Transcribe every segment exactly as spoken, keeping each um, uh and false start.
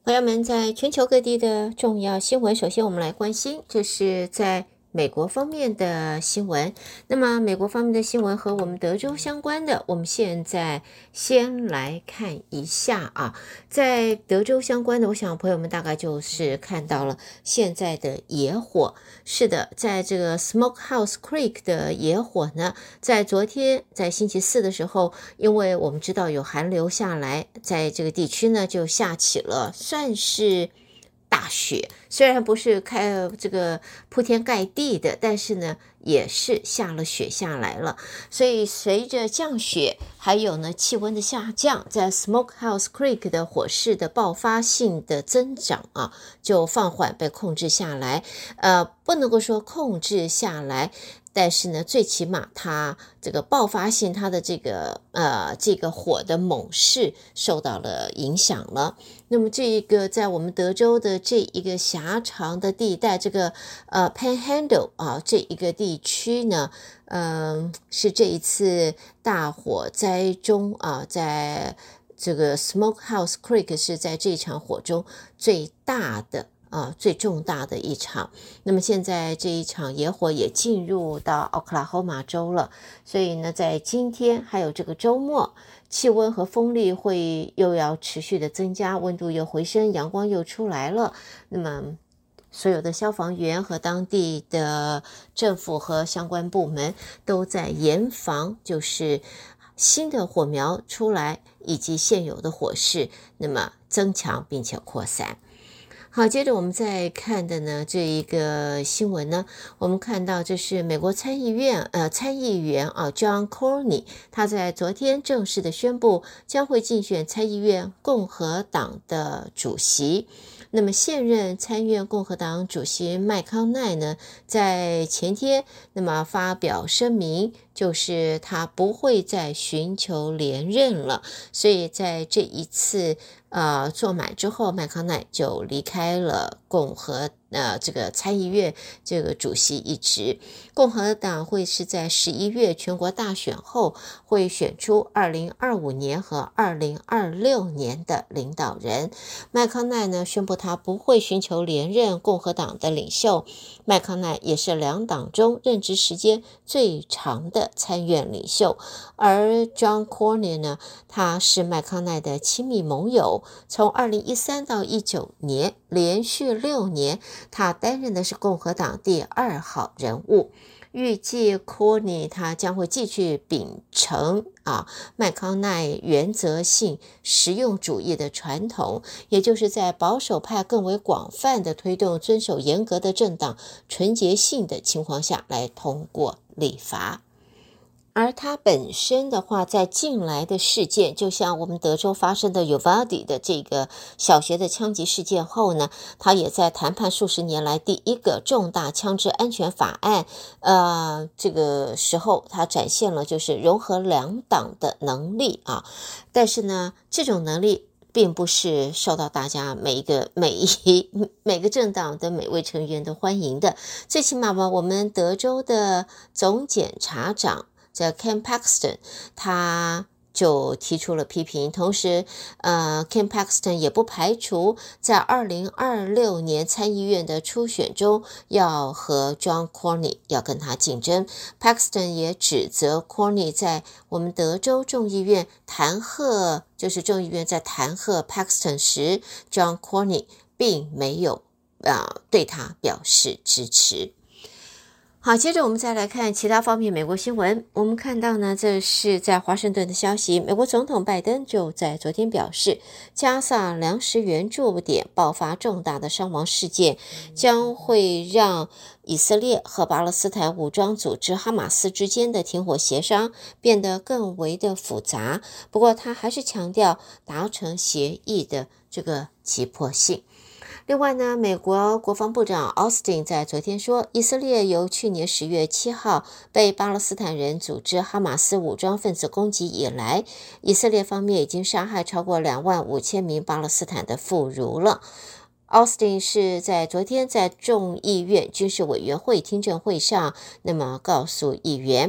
朋友们，在全球各地的重要新闻，首先我们来关心，这是在美国方面的新闻。那么美国方面的新闻和我们德州相关的，我们现在先来看一下啊。在德州相关的，我想朋友们大概就是看到了现在的野火。是的，在这个 Smokehouse Creek 的野火呢，在昨天在星期四的时候，因为我们知道有寒流下来，在这个地区呢就下起了算是大雪，虽然不是开这个铺天盖地的，但是呢也是下了雪下来了。所以随着降雪还有呢气温的下降，在 Smokehouse Creek 的火势的爆发性的增长啊就放缓，被控制下来。呃不能够说控制下来，但是呢最起码它这个爆发性，它的这个呃这个火的猛势受到了影响了。那么这一个在我们德州的这一个狭长的地带，这个呃 Panhandle 啊这一个地区呢，嗯、呃、是这一次大火灾中啊，在这个 Smokehouse Creek 是在这场火中最大的啊，最重大的一场。那么现在这一场野火也进入到奥克拉荷马州了，所以呢在今天还有这个周末，气温和风力会又要持续的增加，温度又回升，阳光又出来了。那么所有的消防员和当地的政府和相关部门都在严防，就是新的火苗出来，以及现有的火势那么增强并且扩散。好，接着我们再看的呢，这一个新闻呢，我们看到这是美国参议院呃参议员啊 John Cornyn， 他在昨天正式的宣布将会竞选参议院共和党的主席。那么现任参议院共和党主席麦康奈呢，在前天那么发表声明，就是他不会再寻求连任了。所以在这一次呃做满之后，麦康奈就离开了共和呃这个参议院这个主席一职。共和党会是在十一月全国大选后会选出二零二五年和二零二六年的领导人。麦康奈呢宣布他不会寻求连任共和党的领袖。麦康奈也是两党中任职时间最长的参院领袖，而 John Cornyn 呢，他是麦康奈的亲密盟友，从二零一三到一九年连续六年，他担任的是共和党第二号人物。预计 Cornyn 他将会继续秉承啊麦康奈原则性实用主义的传统，也就是在保守派更为广泛的推动遵守严格的政党纯洁性的情况下来通过立法。而他本身的话，在近来的事件，就像我们德州发生的 Uvalde 的这个小学的枪击事件后呢，他也在谈判数十年来第一个重大枪支安全法案，呃，这个时候他展现了就是融合两党的能力啊。但是呢，这种能力并不是受到大家每一个每一每个政党的每位成员的欢迎的。最起码吧，我们德州的总检察长这 Ken Paxton 他就提出了批评，同时呃 Ken Paxton 也不排除在二零二六年参议院的初选中要和 John Cornyn 要跟他竞争。 Paxton 也指责 Cornyn 在我们德州众议院弹劾，就是众议院在弹劾 Paxton 时， John Cornyn 并没有呃对他表示支持。好，接着我们再来看其他方面美国新闻。我们看到呢，这是在华盛顿的消息，美国总统拜登就在昨天表示，加萨粮食援助点爆发重大的伤亡事件，将会让以色列和巴勒斯坦武装组织哈马斯之间的停火协商变得更为的复杂。不过他还是强调达成协议的这个急迫性。另外呢，美国国防部长奥斯汀在昨天说，以色列由去年十月七号被巴勒斯坦人组织哈马斯武装分子攻击以来，以色列方面已经杀害超过两万五千名巴勒斯坦的妇孺了。奥斯汀是在昨天在众议院军事委员会听证会上，那么告诉议员，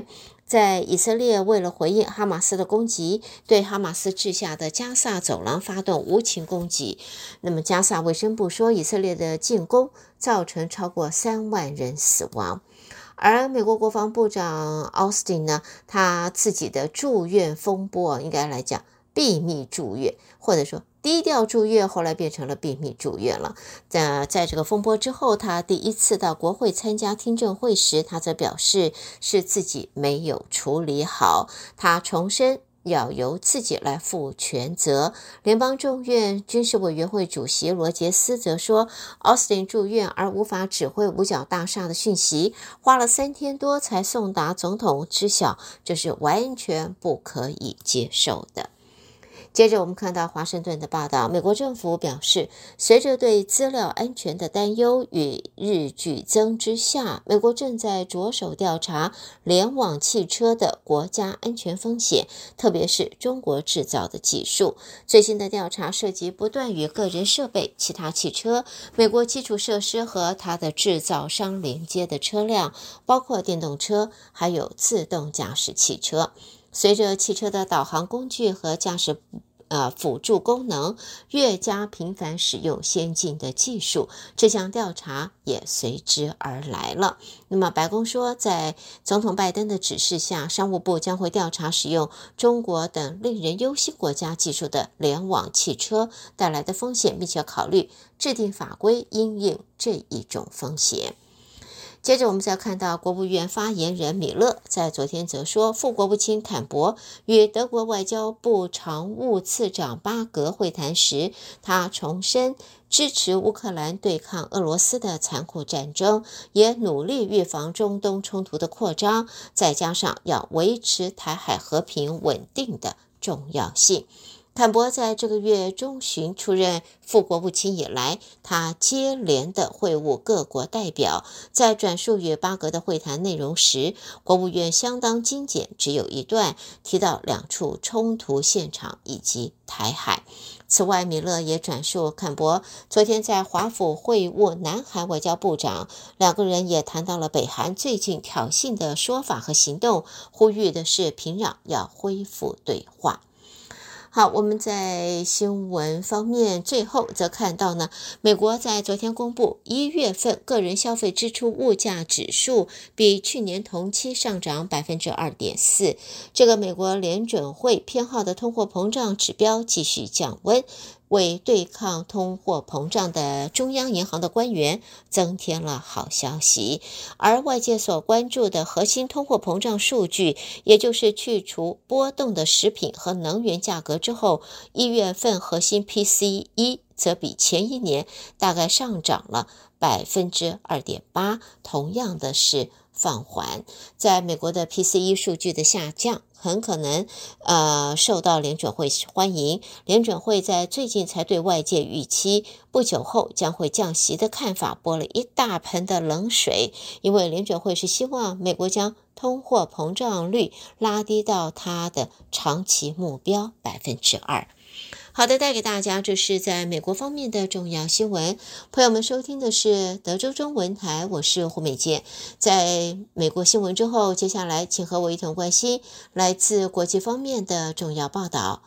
在以色列为了回应哈马斯的攻击，对哈马斯治下的加萨走廊发动无情攻击。那么加萨卫生部说，以色列的进攻造成超过三万人死亡。而美国国防部长奥斯汀呢，他自己的住院风波，应该来讲秘密住院，或者说低调住院，后来变成了秘密住院了。在在这个风波之后，他第一次到国会参加听证会时，他则表示是自己没有处理好，他重申要由自己来负全责。联邦众院军事委员会主席罗杰斯则说，奥斯汀住院而无法指挥五角大厦的讯息，花了三天多才送达总统知晓，这是完全不可以接受的。接着我们看到华盛顿的报道，美国政府表示，随着对资料安全的担忧与日俱增之下，美国正在着手调查联网汽车的国家安全风险，特别是中国制造的技术。最新的调查涉及不断与个人设备、其他汽车、美国基础设施和它的制造商连接的车辆，包括电动车，还有自动驾驶汽车。随着汽车的导航工具和驾驶呃辅助功能越加频繁使用先进的技术，这项调查也随之而来了。那么白宫说，在总统拜登的指示下，商务部将会调查使用中国等令人忧心国家技术的联网汽车带来的风险，并且考虑制定法规因应这一种风险。接着我们再看到国务院发言人米勒在昨天则说，副国务卿坎伯与德国外交部常务次长巴格会谈时，他重申支持乌克兰对抗俄罗斯的残酷战争，也努力预防中东冲突的扩张，再加上要维持台海和平稳定的重要性。坎伯在这个月中旬出任副国务卿以来，他接连的会晤各国代表，在转述与巴格的会谈内容时，国务院相当精简，只有一段提到两处冲突现场以及台海。此外，米勒也转述坎伯昨天在华府会晤南韩外交部长，两个人也谈到了北韩最近挑衅的说法和行动，呼吁的是平壤要恢复对话。好，我们在新闻方面最后则看到呢，美国在昨天公布一月份个人消费支出物价指数比去年同期上涨 百分之二点四， 这个美国联准会偏好的通货膨胀指标继续降温，为对抗通货膨胀的中央银行的官员增添了好消息。而外界所关注的核心通货膨胀数据，也就是去除波动的食品和能源价格之后，一月份核心 P C E 则比前一年大概上涨了 百分之二点八， 同样的是放缓。在美国的 P C E 数据的下降很可能呃受到联准会欢迎，联准会在最近才对外界预期不久后将会降息的看法拨了一大盆的冷水，因为联准会是希望美国将通货膨胀率拉低到它的长期目标 百分之二。好的，带给大家这是在美国方面的重要新闻。朋友们收听的是德州中文台，我是胡美健。在美国新闻之后，接下来请和我一同关心来自国际方面的重要报道。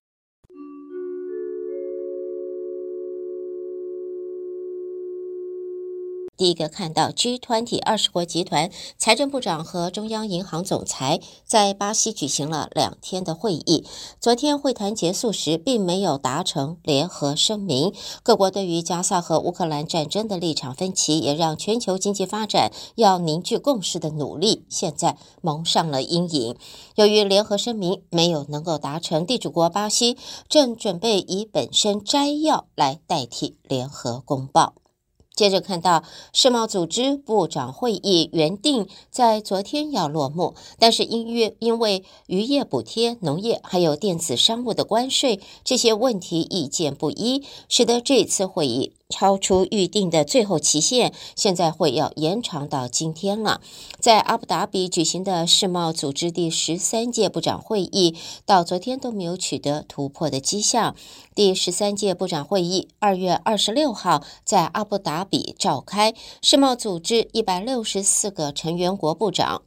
第一个看到 G 二十 二十国集团财政部长和中央银行总裁在巴西举行了两天的会议。昨天会谈结束时并没有达成联合声明，各国对于加萨和乌克兰战争的立场分歧，也让全球经济发展要凝聚共识的努力现在蒙上了阴影。由于联合声明没有能够达成，地主国巴西正准备以本身摘要来代替联合公报。接着看到世贸组织部长会议原定在昨天要落幕，但是因为因为渔业补贴、农业还有电子商务的关税这些问题意见不一，使得这次会议超出预定的最后期限，现在会要延长到今天了。在阿布达比举行的世贸组织第十三届部长会议到昨天都没有取得突破的迹象。第十三届部长会议二月二十六号在阿布达比召开，世贸组织一百六十四个成员国部长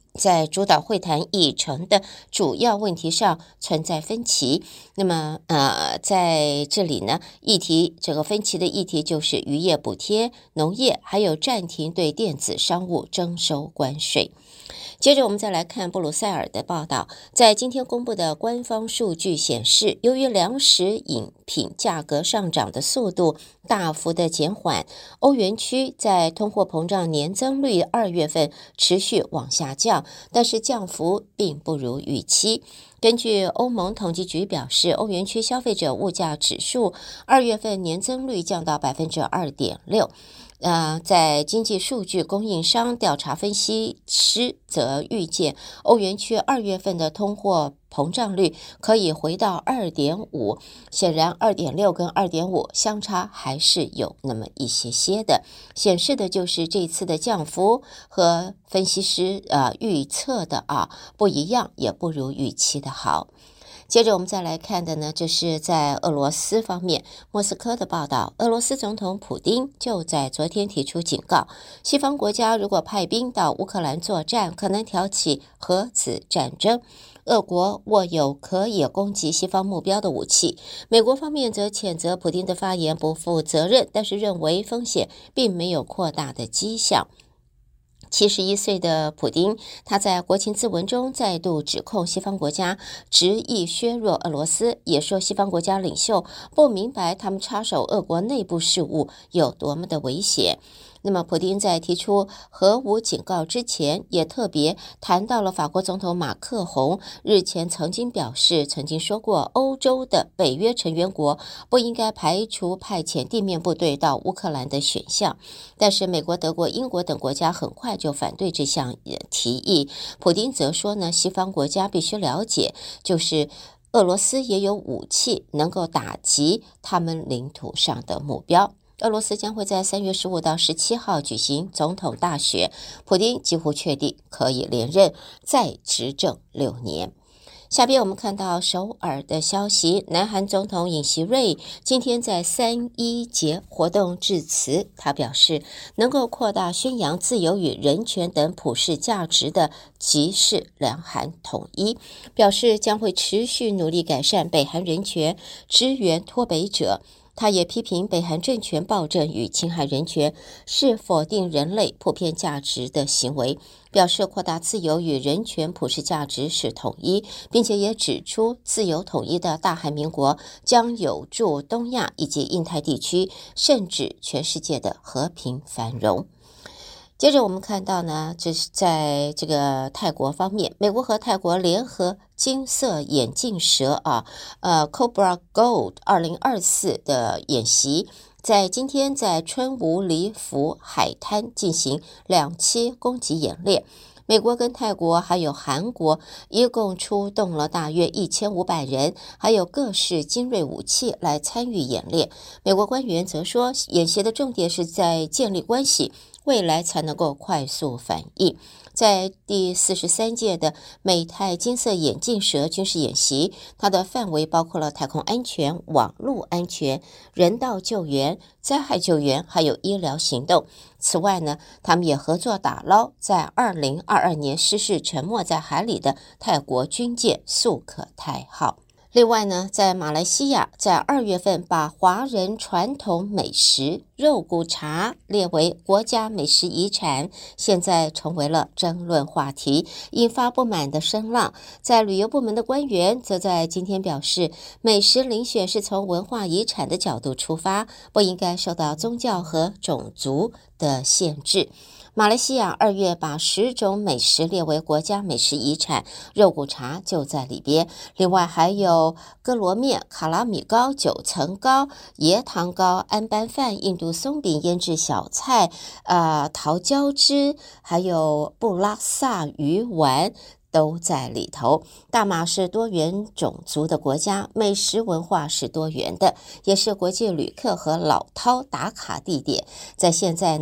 在主导会谈议程的主要问题上存在分歧。那么呃，在这里呢，议题这个分歧的议题就是渔业补贴、农业，还有暂停对电子商务征收关税。接着我们再来看布鲁塞尔的报道，在今天公布的官方数据显示，由于粮食饮品价格上涨的速度大幅的减缓，欧元区在通货膨胀年增率二月份持续往下降，但是降幅并不如预期。根据欧盟统计局表示，欧元区消费者物价指数二月份年增率降到 百分之二点六。呃，在经济数据供应商调查分析师则预见，欧元区二月份的通货膨胀率可以回到 二点五， 显然 二点六 跟 二点五 相差还是有那么一些些的，显示的就是这次的降幅和分析师呃预测的啊不一样，也不如预期的好。接着我们再来看的呢，这是在俄罗斯方面，莫斯科的报道，俄罗斯总统普丁就在昨天提出警告，西方国家如果派兵到乌克兰作战，可能挑起核子战争。俄国握有可以攻击西方目标的武器，美国方面则谴责普丁的发言不负责任，但是认为风险并没有扩大的迹象。七十一岁的普丁，他在国情咨文中再度指控西方国家执意削弱俄罗斯，也说西方国家领袖不明白他们插手俄国内部事务有多么的危险。那么普丁在提出核武警告之前，也特别谈到了法国总统马克宏日前曾经表示，曾经说过欧洲的北约成员国不应该排除派遣地面部队到乌克兰的选项，但是美国、德国、英国等国家很快就反对这项提议。普丁则说呢，西方国家必须了解，就是俄罗斯也有武器能够打击他们领土上的目标。俄罗斯将会在三月十五到十七号举行总统大选，普丁几乎确定可以连任，再执政六年。下边我们看到首尔的消息，南韩总统尹锡瑞今天在三一节活动致辞，他表示能够扩大宣扬自由与人权等普世价值的即是两韩统一，表示将会持续努力改善北韩人权，支援脱北者。他也批评北韩政权暴政与侵害人权是否定人类普遍价值的行为，表示扩大自由与人权普世价值是统一，并且也指出自由统一的大韩民国将有助东亚以及印太地区，甚至全世界的和平繁荣。接着我们看到呢，这是在这个泰国方面，美国和泰国联合金色眼镜蛇啊，呃 Cobra Gold 二零二四的演习，在今天在春武里府海滩进行两栖攻击演练。美国跟泰国还有韩国一共出动了大约一千五百人，还有各式精锐武器来参与演练。美国官员则说，演习的重点是在建立关系，未来才能够快速反应。在第四十三届的美泰金色眼镜蛇军事演习，它的范围包括了太空安全、网络安全、人道救援、灾害救援，还有医疗行动。此外呢，他们也合作打捞在二零二二年失事沉没在海里的泰国军舰素可泰号。另外呢，在马来西亚，在二月份把华人传统美食肉骨茶列为国家美食遗产，现在成为了争论话题，引发不满的声浪。在旅游部门的官员则在今天表示，美食遴选是从文化遗产的角度出发，不应该受到宗教和种族的限制。马来西亚二月把十种美食列为国家美食遗产，肉骨茶就在里边。另外还有哥罗面、卡拉米糕、九层糕、椰糖糕、安班饭、印度松饼、腌制小菜、呃桃胶汁，还有布拉萨鱼丸都在里头。大马是多元种族的国家，美食文化是多元的，也是国际旅客和老饕打卡地点。在现在呢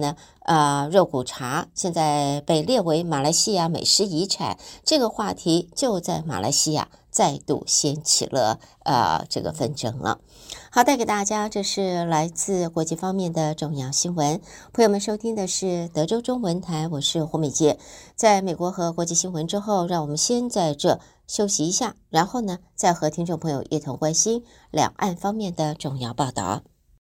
呃肉骨茶现在被列为马来西亚美食遗产，这个话题就在马来西亚再度掀起了呃这个纷争了。好，带给大家这是来自国际方面的重要新闻。朋友们收听的是德州中文台，我是胡美杰。在美国和国际新闻之后，让我们先在这休息一下，然后呢再和听众朋友一同关心两岸方面的重要报道。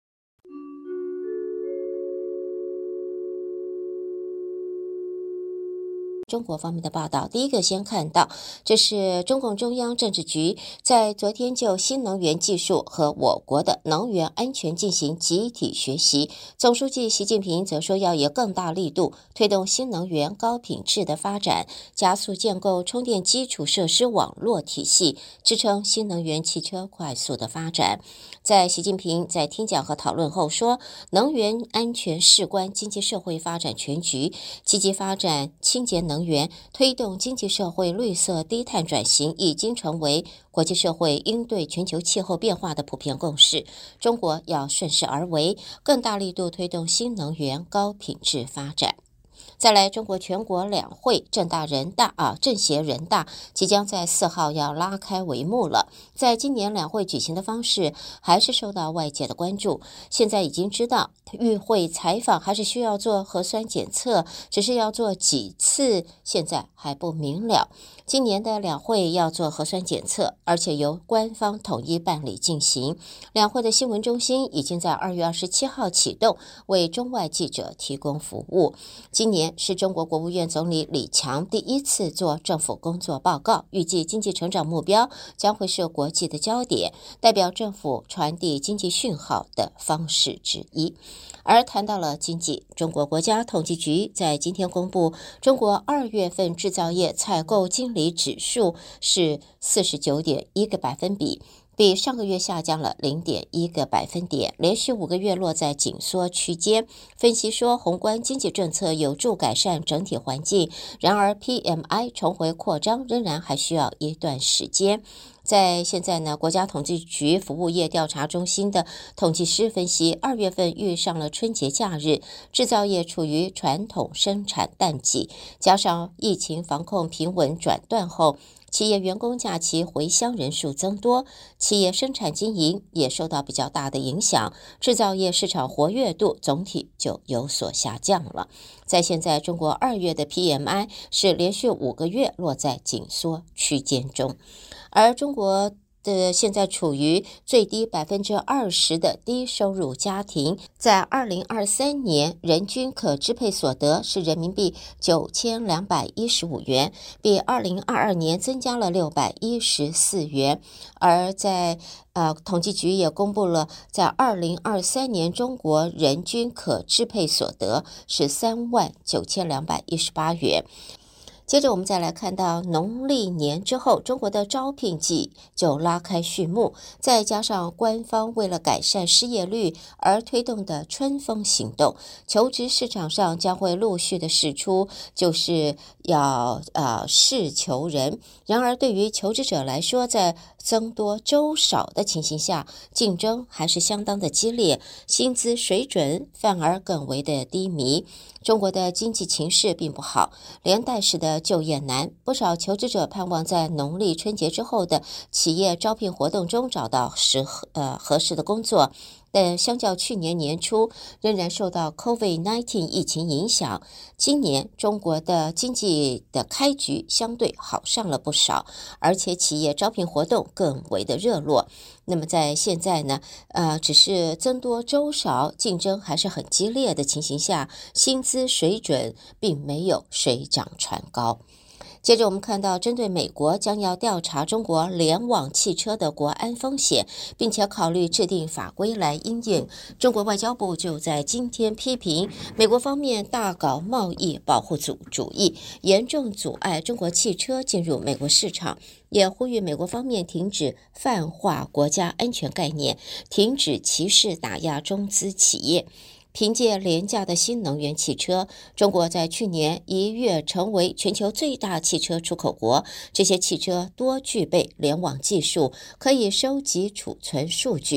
中国方面的报道，第一个先看到，这是中共中央政治局在昨天就新能源技术和我国的能源安全进行集体学习。总书记习近平则说，要以更大力度推动新能源高品质的发展，加速建构充电基础设施网络体系，支撑新能源汽车快速的发展。在习近平在听讲和讨论后说，能源安全事关经济社会发展全局，积极发展清洁能源，推动经济社会绿色低碳转型已经成为国际社会应对全球气候变化的普遍共识。中国要顺势而为，更大力度推动新能源高品质发展。再来，中国全国两会，政大人大啊，政协人大即将在四号要拉开帷幕了。在今年两会举行的方式还是受到外界的关注。现在已经知道，与会采访还是需要做核酸检测，只是要做几次，现在还不明了。今年的两会要做核酸检测，而且由官方统一办理进行。两会的新闻中心已经在二月二十七号启动，为中外记者提供服务。今年是中国国务院总理李强第一次做政府工作报告，预计经济成长目标将会是国际的焦点，代表政府传递经济讯号的方式之一。而谈到了经济，中国国家统计局在今天公布，中国二月份制造业采购经理指数是 四十九点一 个百分比，比上个月下降了 零点一 个百分点，连续五个月落在紧缩区间。分析说，宏观经济政策有助改善整体环境，然而 P M I 重回扩张仍然还需要一段时间。在现在呢，国家统计局服务业调查中心的统计师分析，二月份遇上了春节假日，制造业处于传统生产淡季，加上疫情防控平稳转段后，企业员工假期回乡人数增多，企业生产经营也受到比较大的影响，制造业市场活跃度总体就有所下降了。在现在，中国二月的 P M I 是连续五个月落在紧缩区间中，而中国的现在处于最低百分之二十的低收入家庭，在二零二三年人均可支配所得是人民币九千两百一十五元，比二零二二年增加了六百一十四元。而在呃，统计局也公布了，在二零二三年中国人均可支配所得是三万九千两百一十八元。接着我们再来看到农历年之后，中国的招聘季就拉开序幕，再加上官方为了改善失业率而推动的春风行动，求职市场上将会陆续的释出，就是要呃试求人。然而对于求职者来说，在增多粥少的情形下，竞争还是相当的激烈，薪资水准反而更为的低迷。中国的经济情势并不好，连带使得就业难，不少求职者盼望在农历春节之后的企业招聘活动中找到适合呃合适的工作。但相较去年年初，仍然受到 COVID 十九 疫情影响，今年中国的经济的开局相对好上了不少，而且企业招聘活动更为的热络。那么在现在呢，呃，只是增多粥少，竞争还是很激烈的情形下，薪资水准并没有水涨船高。接着我们看到，针对美国将要调查中国联网汽车的国安风险，并且考虑制定法规来因应，中国外交部就在今天批评美国方面大搞贸易保护主主义，严重阻碍中国汽车进入美国市场，也呼吁美国方面停止泛化国家安全概念，停止歧视打压中资企业。凭借廉价的新能源汽车，中国在去年一跃成为全球最大汽车出口国。这些汽车多具备联网技术，可以收集储存数据。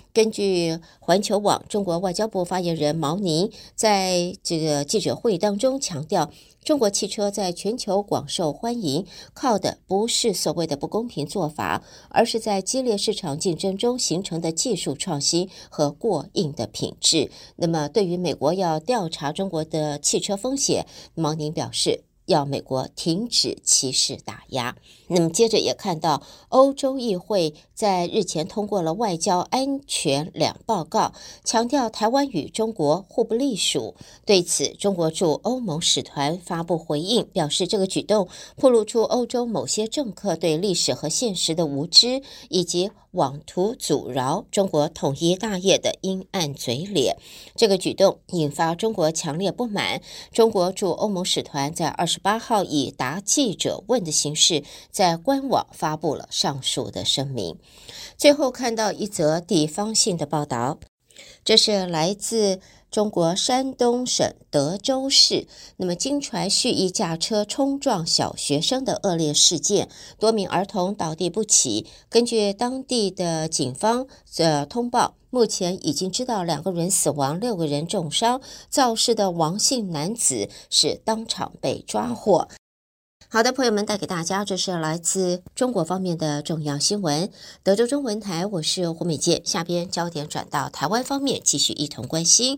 根据环球网，中国外交部发言人毛宁在这个记者会当中强调，中国汽车在全球广受欢迎，靠的不是所谓的不公平做法，而是在激烈市场竞争中形成的技术创新和过硬的品质。那么对于美国要调查中国的汽车风险，毛宁表示要美国停止歧视打压。那么接着也看到欧洲议会在日前通过了外交安全两报告，强调台湾与中国互不隶属。对此，中国驻欧盟使团发布回应，表示这个举动暴露出欧洲某些政客对历史和现实的无知，以及妄图阻挠中国统一大业的阴暗嘴脸。这个举动引发中国强烈不满。中国驻欧盟使团在二十八号以答记者问的形式在官网发布了上述的声明。最后看到一则地方性的报道，这是来自中国山东省德州市，那么经传蓄意驾车冲撞小学生的恶劣事件，多名儿童倒地不起。根据当地的警方呃通报，目前已经知道两个人死亡，六个人重伤。肇事的王姓男子是当场被抓获。好的，朋友们，带给大家这是来自中国方面的重要新闻。德州中文台，我是胡美健。下边焦点转到台湾方面，继续一同关心。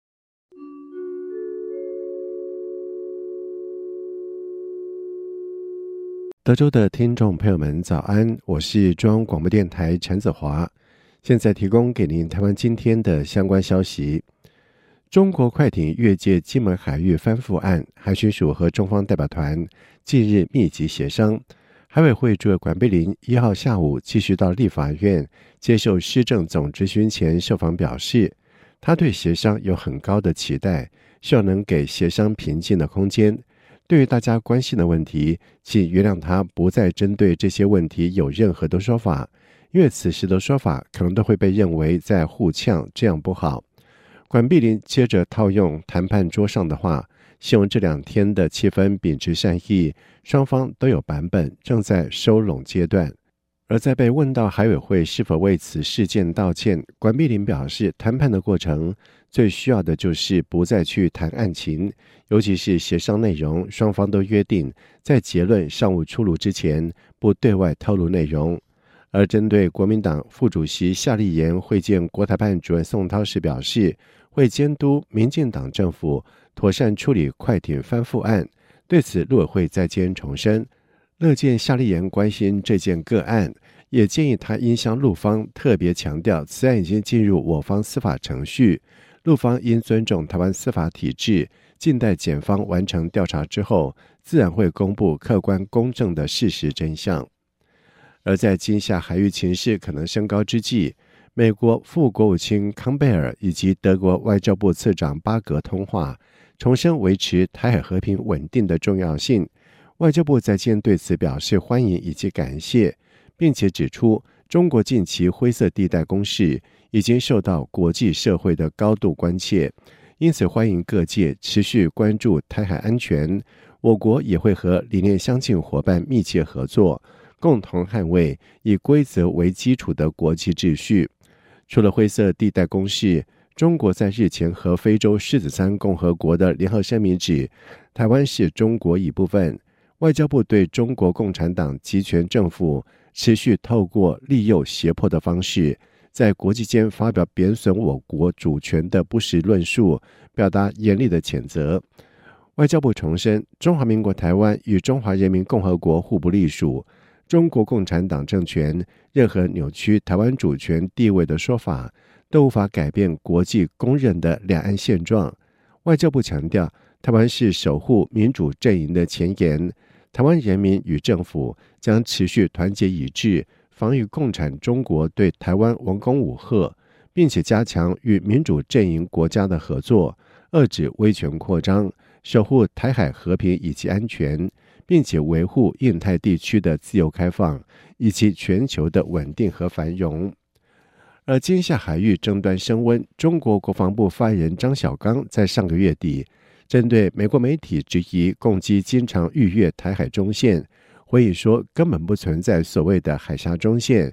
德州的听众朋友们早安，我是中央广播电台陈子华，现在提供给您台湾今天的相关消息。中国快艇越界金门海域翻覆案，海巡署和中方代表团近日密集协商。海委会主委管碧林一号下午继续到立法院接受施政总质询前受访表示，他对协商有很高的期待，希望能给协商平静的空间。对于大家关心的问题，请原谅他不再针对这些问题有任何的说法，因为此时的说法可能都会被认为在互呛，这样不好。管碧林接着套用谈判桌上的话，希望这两天的气氛秉持善意，双方都有版本，正在收拢阶段。而在被问到海委会是否为此事件道歉，管碧林表示，谈判的过程最需要的就是不再去谈案情，尤其是协商内容，双方都约定在结论尚无出炉之前不对外透露内容。而针对国民党副主席夏立言会见国台办主任宋涛时表示，会监督民进党政府妥善处理快艇翻覆案。对此，陆委会再间重申，乐见夏立言关心这件个案，也建议他应向陆方特别强调，此案已经进入我方司法程序，陆方应尊重台湾司法体制，静待检方完成调查之后，自然会公布客观公正的事实真相。而在今夏海域情势可能升高之际，美国副国务卿康贝尔以及德国外交部次长巴格通话，重申维持台海和平稳定的重要性。外交部在今对此表示欢迎以及感谢，并且指出，中国近期灰色地带攻势已经受到国际社会的高度关切，因此欢迎各界持续关注台海安全。我国也会和理念相近伙伴密切合作，共同捍卫以规则为基础的国际秩序。除了灰色地带攻势，中国在日前和非洲狮子山共和国的联合声明指，台湾是中国一部分。外交部对中国共产党集权政府持续透过利诱胁迫的方式，在国际间发表贬损我国主权的不实论述，表达严厉的谴责。外交部重申，中华民国台湾与中华人民共和国互不隶属，中国共产党政权任何扭曲台湾主权地位的说法，都无法改变国际公认的两岸现状。外交部强调，台湾是守护民主阵营的前沿，台湾人民与政府将持续团结一致，防御共产中国对台湾文攻武吓，并且加强与民主阵营国家的合作，遏制威权扩张，守护台海和平以及安全，并且维护印太地区的自由开放以及全球的稳定和繁荣。而今夏海域争端升温，中国国防部发言人张晓刚在上个月底针对美国媒体质疑共机经常逾越台海中线，回应说根本不存在所谓的海峡中线，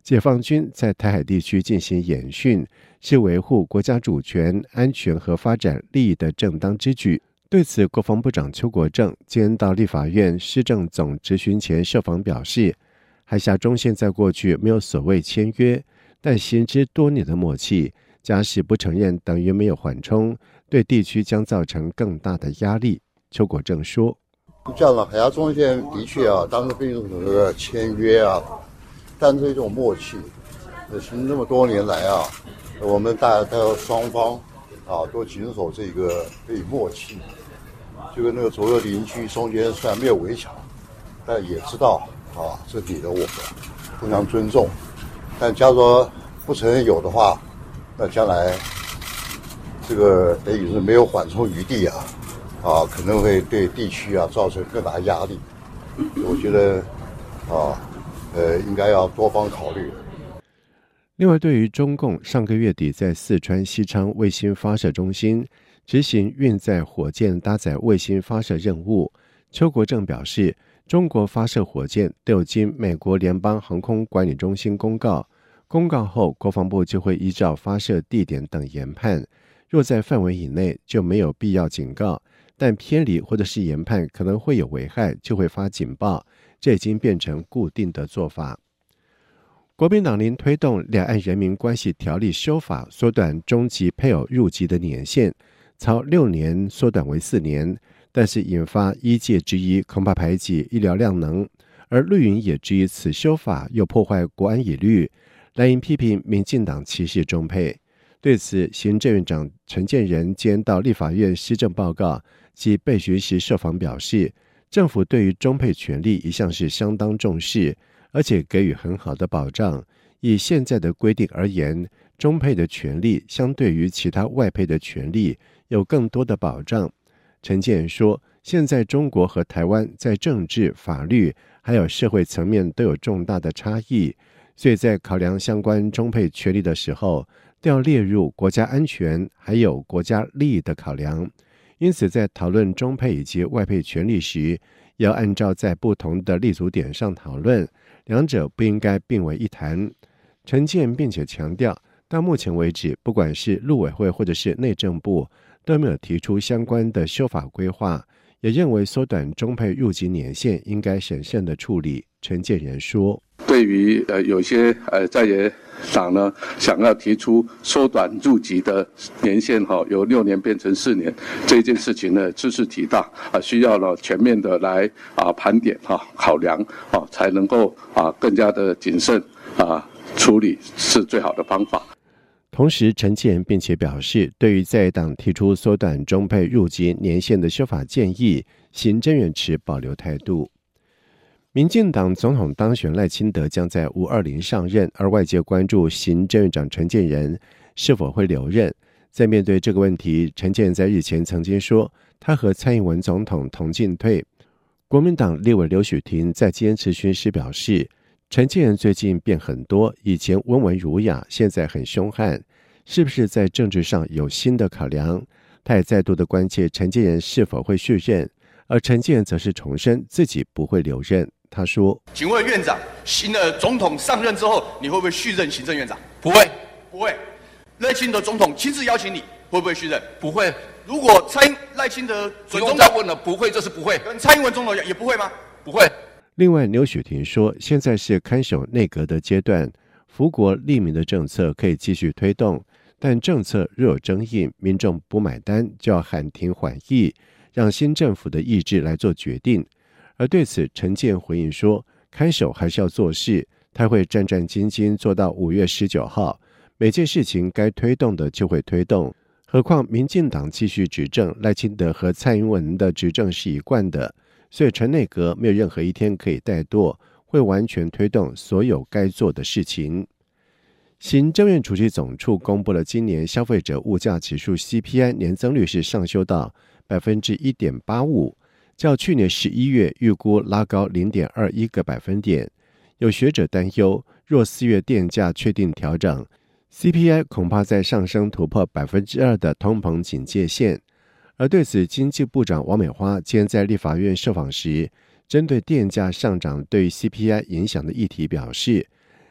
解放军在台海地区进行演训，是维护国家主权、安全和发展利益的正当之举。对此，国防部长邱国正今天到立法院施政总质询前受访表示，海峡中线在过去没有所谓签约，但行之多年的默契，假使不承认等于没有缓冲，对地区将造成更大的压力。邱国正说， 这样的海峡中线的确啊，当时并不是签约啊，但是一种默契，行这么多年来啊，我们大家双方啊都谨守这个可以默契，就跟那个左右邻居中间虽然没有围墙，但也知道啊是你的我的，互相尊重。但假如说不承认有的话，那将来这个等于是没有缓冲余地啊，啊可能会对地区啊造成更大压力。我觉得啊呃应该要多方考虑。 另外，对于中共上个月底在四川西昌卫星发射中心执行运载火箭搭载卫星发射任务，邱国正表示，中国发射火箭都有经美国联邦航空管理中心公告，公告后国防部就会依照发射地点等研判，若在范围以内就没有必要警告，但偏离或者是研判可能会有危害，就会发警报，这已经变成固定的做法。国民党您推动两岸人民关系条例修法，缩短中级配偶入籍的年限，朝六年缩短为四年，但是引发医界质疑，恐怕排挤医疗量能，而绿营也质疑此修法又破坏国安疑虑，蓝营批评民进党歧视中配。对此，行政院长陈建仁今天到立法院施政报告及备询时受访表示，政府对于中配权利一向是相当重视，而且给予很好的保障。以现在的规定而言，中配的权利相对于其他外配的权利有更多的保障。陈建仁说，现在中国和台湾在政治、法律还有社会层面都有重大的差异，所以在考量相关中配权利的时候，都要列入国家安全还有国家利益的考量。因此在讨论中配以及外配权利时，要按照在不同的立足点上讨论，两者不应该并为一谈。陈建并且强调，到目前为止，不管是陆委会或者是内政部都没有提出相关的修法规划，也认为缩短中配入籍年限应该审慎的处理。陈建仁说， 对于呃有些呃在野党呢想要提出缩短入籍的年限哈、哦，由六年变成四年这件事情呢，知识体大啊、呃，需要呢全面的来啊、呃、盘点哈、哦、考量啊、哦，才能够啊、呃、更加的谨慎啊、呃、处理是最好的方法。 同时，陈建仁并且表示，对于在野党提出缩短中配入籍年限的修法建议，行政院持保留态度。民进党总统当选赖清德将在五二零上任，而外界关注行政院长陈建仁是否会留任。在面对这个问题，陈建仁在日前曾经说，他和蔡英文总统同进退。国民党立委刘许婷在今天质询时表示，陈建仁最近变很多，以前温文儒雅，现在很凶悍，是不是在政治上有新的考量？他也再度的关切陈建仁是否会续任，而陈建仁则是重申自己不会留任。他说， 请问院长，新的总统上任之后，你会不会续任行政院长？不会，不会。赖清德总统亲自邀请你，会不会续任？不会。如果蔡英赖清德准总统再问了，不会就是不会。跟蔡英文总统也不会吗？不会。 另外，刘许婷说，现在是看守内阁的阶段，福国利民的政策可以继续推动，但政策若有争议，民众不买单，就要喊停缓议，让新政府的意志来做决定。而对此，陈建回应说，看守还是要做事，他会战战兢兢做到五月十九号，每件事情该推动的就会推动。何况民进党继续执政，赖清德和蔡英文的执政是一贯的，所以陈内阁没有任何一天可以怠惰，会完全推动所有该做的事情。行政院主计总处公布了今年消费者物价指数 C P I 年增率是上修到 百分之一点八五，较去年十一月预估拉高 零点二一个百分点。有学者担忧，若四月电价确定调整， C P I 恐怕在上升突破 百分之二 的通膨警戒线。而对此，经济部长王美花今天在立法院受访时，针对电价上涨对于 C P I 影响的议题表示，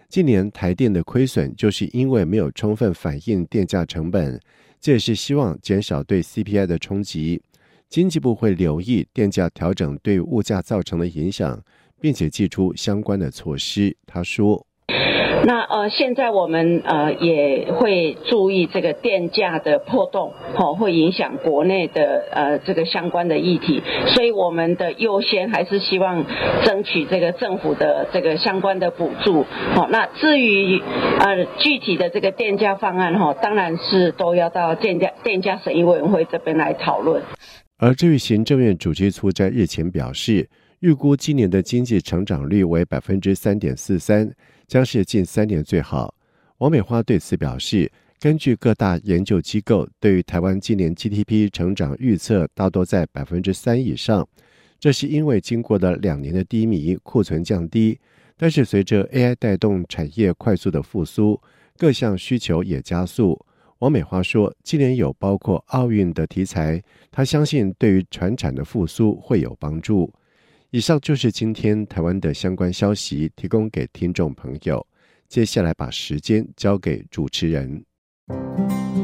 今年台电的亏损就是因为没有充分反映电价成本，这也是希望减少对 C P I 的冲击。经济部会留意电价调整对物价造成的影响，并且祭出相关的措施。他说， 那呃，现在我们呃也会注意这个电价的波动，哦，会影响国内的呃这个相关的议题，所以我们的优先还是希望争取这个政府的这个相关的补助。哦，那至于呃具体的这个电价方案，哈、哦，当然是都要到电价电价审议委员会这边来讨论。 而至于行政院主计处在日前表示，预估今年的经济成长率为 百分之三点四三， 将是近三年最好。王美花对此表示，根据各大研究机构对于台湾今年 G D P 成长预测大多在 百分之三 以上，这是因为经过了两年的低迷，库存降低，但是随着 A I 带动产业快速的复苏，各项需求也加速。王美花说，今年有包括奥运的题材，她相信对于传产的复苏会有帮助。以上就是今天台湾的相关消息，提供给听众朋友。接下来把时间交给主持人。